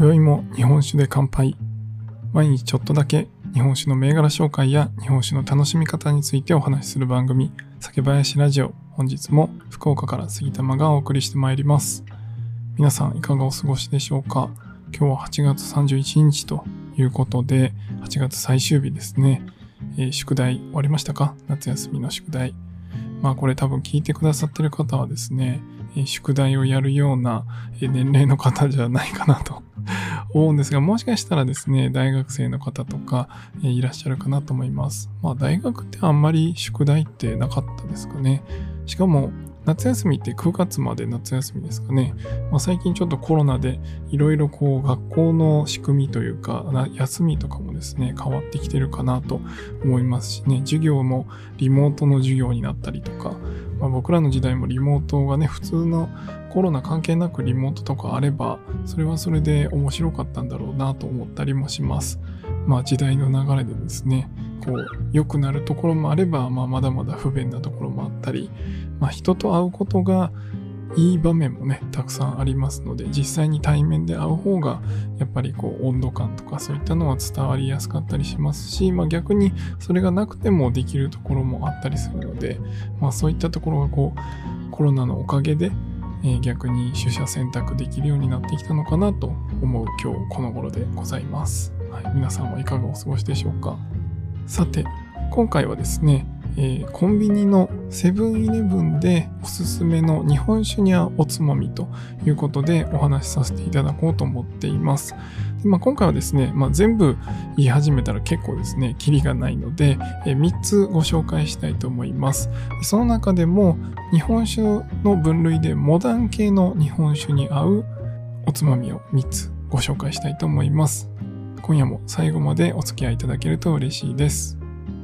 今宵も日本酒で乾杯。毎日ちょっとだけ日本酒の銘柄紹介や日本酒の楽しみ方についてお話しする番組、酒林ラジオ。本日も福岡から杉玉がお送りしてまいります。皆さんいかがお過ごしでしょうか。今日は8月31日ということで、8月最終日ですね。宿題終わりましたか？夏休みの宿題。これ多分聞いてくださってる方はですね、宿題をやるような年齢の方じゃないかなと思うんですが、もしかしたらですね、大学生の方とかいらっしゃるかなと思います。大学ってあんまり宿題ってなかったですかね。しかも夏休みって9月まで夏休みですかね。最近ちょっとコロナでいろいろ学校の仕組みというか休みとかもですね変わってきてるかなと思いますしね、授業もリモートの授業になったりとか、僕らの時代もリモートがね普通のコロナ関係なくリモートとかあればそれはそれで面白かったんだろうなと思ったりもします。時代の流れでですね良くなるところもあれば、まだまだ不便なところもあったり、人と会うことがいい場面もねたくさんありますので、実際に対面で会う方がやっぱり温度感とかそういったのは伝わりやすかったりしますし、逆にそれがなくてもできるところもあったりするので、そういったところがコロナのおかげで逆に取捨選択できるようになってきたのかなと思う今日この頃でございます。皆さんはいかがお過ごしでしょうか。さて、今回はですね、コンビニのセブンイレブンでおすすめの日本酒に合うおつまみということでお話しさせていただこうと思っています。今回はですね、全部言い始めたら結構ですね、キリがないので、3つご紹介したいと思います。その中でも日本酒の分類でモダン系の日本酒に合うおつまみを3つご紹介したいと思います。今夜も最後までお付き合いいただけると嬉しいです。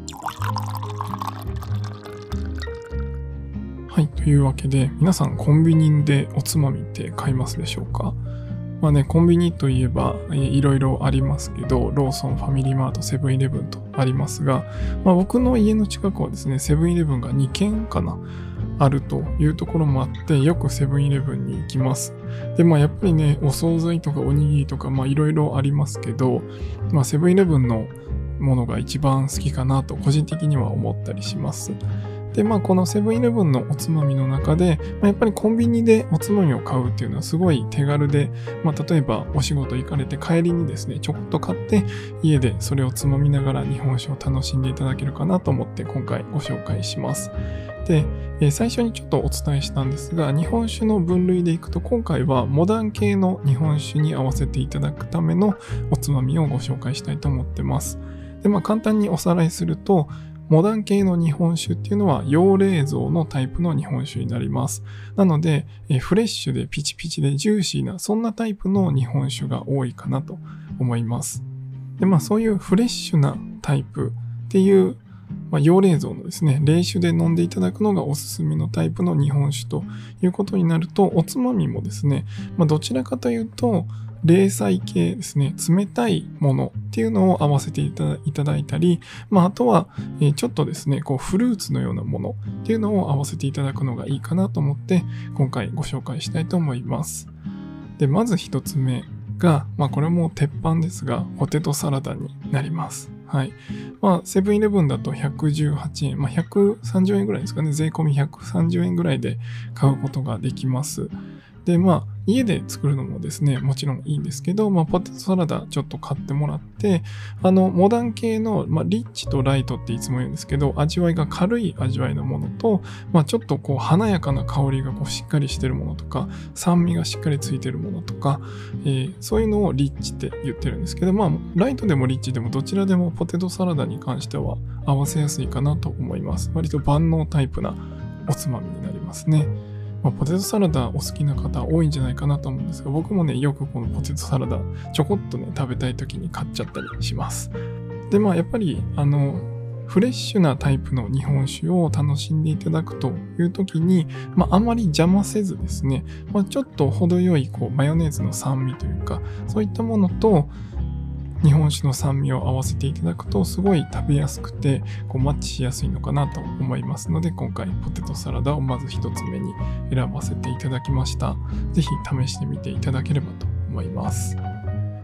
はい、というわけで皆さんコンビニでおつまみって買いますでしょうか。コンビニといえばいろいろありますけど、ローソン、ファミリーマート、セブンイレブンとありますが、僕の家の近くはですね、セブンイレブンが2軒かなあるというところもあって、よくセブンイレブンに行きます。で、やっぱりね、お惣菜とかおにぎりとかいろいろありますけど、セブンイレブンのものが一番好きかなと個人的には思ったりします。で、このセブンイレブンのおつまみの中で、やっぱりコンビニでおつまみを買うっていうのはすごい手軽で、例えばお仕事行かれて帰りにですね、ちょこっと買って家でそれをつまみながら日本酒を楽しんでいただけるかなと思って今回ご紹介します。で、最初にちょっとお伝えしたんですが、日本酒の分類でいくと今回はモダン系の日本酒に合わせていただくためのおつまみをご紹介したいと思ってます。で、簡単におさらいすると、モダン系の日本酒っていうのは洋冷蔵のタイプの日本酒になります。なので、フレッシュでピチピチでジューシーなそんなタイプの日本酒が多いかなと思います。で、そういうフレッシュなタイプっていう洋冷蔵のですね、冷酒で飲んでいただくのがおすすめのタイプの日本酒ということになると、おつまみもですね、どちらかというと冷菜系ですね、冷たいものっていうのを合わせていただいたり、あとはちょっとですね、フルーツのようなものっていうのを合わせていただくのがいいかなと思って今回ご紹介したいと思います。で、まず一つ目が、これも鉄板ですが、ポテトサラダになります。はい。セブンイレブンだと118円、130円ぐらいですかね、税込み130円ぐらいで買うことができます。で、家で作るのもですね、もちろんいいんですけど、ポテトサラダちょっと買ってもらって、モダン系の、リッチとライトっていつも言うんですけど、味わいが軽い味わいのものと、ちょっと華やかな香りがしっかりしてるものとか、酸味がしっかりついてるものとか、そういうのをリッチって言ってるんですけど、ライトでもリッチでもどちらでもポテトサラダに関しては合わせやすいかなと思います。割と万能タイプなおつまみになりますね。ポテトサラダお好きな方多いんじゃないかなと思うんですが、僕もね、よくこのポテトサラダちょこっとね、食べたい時に買っちゃったりします。で、やっぱり、フレッシュなタイプの日本酒を楽しんでいただくという時に、あまり邪魔せずですね、ちょっと程よいマヨネーズの酸味というか、そういったものと、日本酒の酸味を合わせていただくとすごい食べやすくてマッチしやすいのかなと思いますので、今回ポテトサラダをまず一つ目に選ばせていただきました。ぜひ試してみていただければと思います。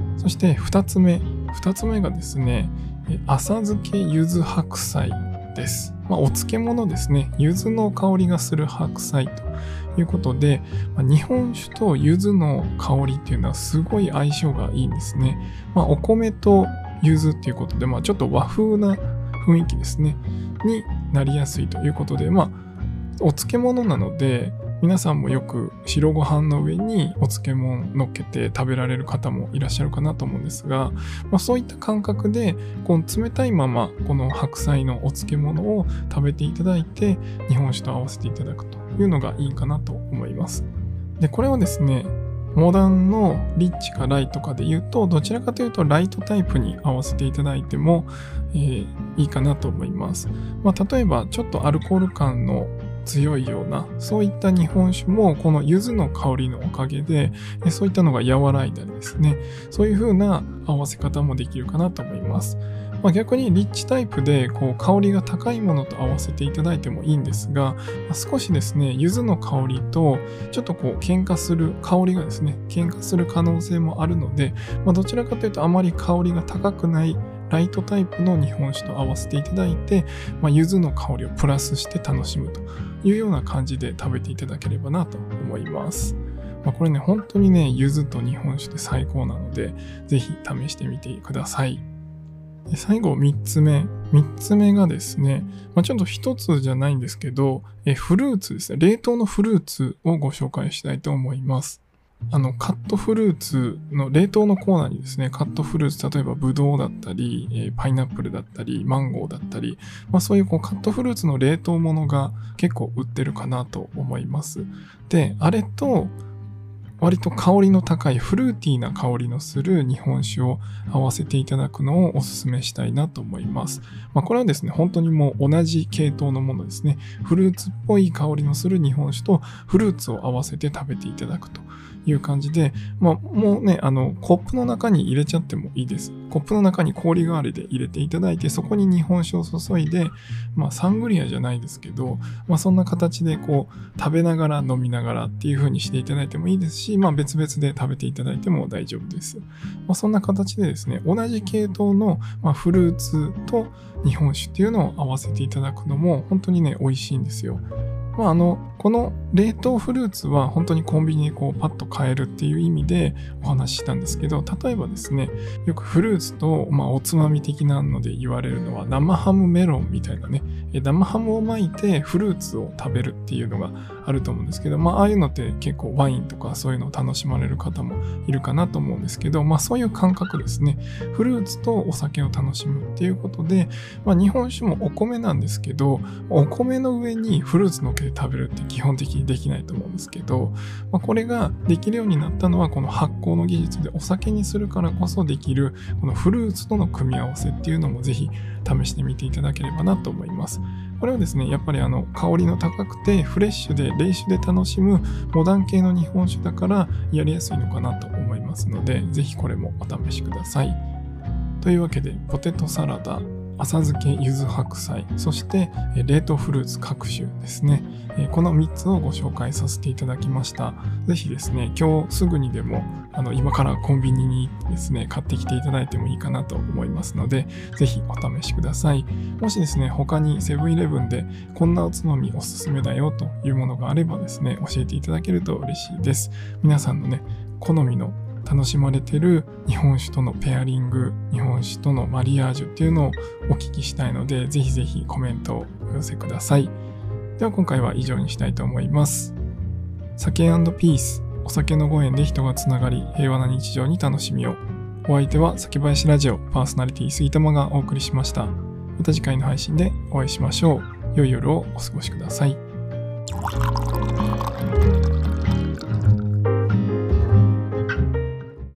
そして2つ目がですね、浅漬け柚子白菜です。お漬物ですね。柚子の香りがする白菜ということで、日本酒と柚子の香りっていうのはすごい相性がいいんですね。お米と柚子っていうことで、ちょっと和風な雰囲気ですねになりやすいということで、お漬物なので皆さんもよく白ご飯の上にお漬物乗っけて食べられる方もいらっしゃるかなと思うんですが、そういった感覚でこの冷たいままこの白菜のお漬物を食べていただいて日本酒と合わせていただくというのがいいかなと思います。でこれはですね、モダンのリッチかライトかで言うと、どちらかというとライトタイプに合わせていただいても、いいかなと思います。例えばちょっとアルコール感の強いようなそういった日本酒もこの柚子の香りのおかげでそういったのが和らいだりですね、そういう風な合わせ方もできるかなと思います。逆にリッチタイプで香りが高いものと合わせていただいてもいいんですが、少しですね柚子の香りとちょっと喧嘩する香りがですね喧嘩する可能性もあるので、どちらかというとあまり香りが高くないライトタイプの日本酒と合わせていただいて、柚子の香りをプラスして楽しむというような感じで食べていただければなと思います。これね、本当にね、柚子と日本酒で最高なので、ぜひ試してみてください。で最後3つ目。3つ目がですね、ちょっと1つじゃないんですけど、フルーツですね。冷凍のフルーツをご紹介したいと思います。カットフルーツの冷凍のコーナーにですね、カットフルーツ、例えばブドウだったり、パイナップルだったり、マンゴーだったり、そういうカットフルーツの冷凍ものが結構売ってるかなと思います。で、あれと、割と香りの高いフルーティーな香りのする日本酒を合わせていただくのをお勧めしたいなと思います。これはですね、本当にもう同じ系統のものですね。フルーツっぽい香りのする日本酒とフルーツを合わせて食べていただくという感じで、もうね、コップの中に入れちゃってもいいです。コップの中に氷代わりで入れていただいて、そこに日本酒を注いで、サングリアじゃないですけど、そんな形で食べながら飲みながらっていう風にしていただいてもいいですし、別々で食べていただいても大丈夫です。そんな形でですね、同じ系統の、フルーツと日本酒っていうのを合わせていただくのも本当にね、美味しいんですよ。この冷凍フルーツは本当にコンビニでパッと買えるっていう意味でお話ししたんですけど、例えばですね、よくフルーツと、おつまみ的なので言われるのは生ハムメロンみたいなね、生ハムを巻いてフルーツを食べるっていうのがあると思うんですけど、ああいうのって結構ワインとかそういうのを楽しまれる方もいるかなと思うんですけど、そういう感覚ですね。フルーツとお酒を楽しむっていうことで、日本酒もお米なんですけど、お米の上にフルーツのっけて食べるって基本的にできないと思うんですけど、これができるようになったのはこの発酵の技術でお酒にするからこそできるこのフルーツとの組み合わせっていうのもぜひ試してみていただければなと思います。これはですね、やっぱり香りの高くてフレッシュで冷酒で楽しむモダン系の日本酒だからやりやすいのかなと思いますので、ぜひこれもお試しください。というわけで、ポテトサラダ、浅漬け柚子白菜、そして冷凍フルーツ各種ですね。この3つをご紹介させていただきました。ぜひですね、今日すぐにでも今からコンビニにですね、買ってきていただいてもいいかなと思いますので、ぜひお試しください。もしですね、他にセブンイレブンでこんなおつまみおすすめだよというものがあればですね、教えていただけると嬉しいです。皆さんのね、好みの楽しまれている日本酒とのペアリング、日本酒とのマリアージュっていうのをお聞きしたいので、ぜひぜひコメントをお寄せください。では今回は以上にしたいと思います。酒&ピース、お酒のご縁で人がつながり、平和な日常に楽しみを。お相手は酒林ラジオパーソナリティ杉玉がお送りしました。また次回の配信でお会いしましょう。良い夜をお過ごしください。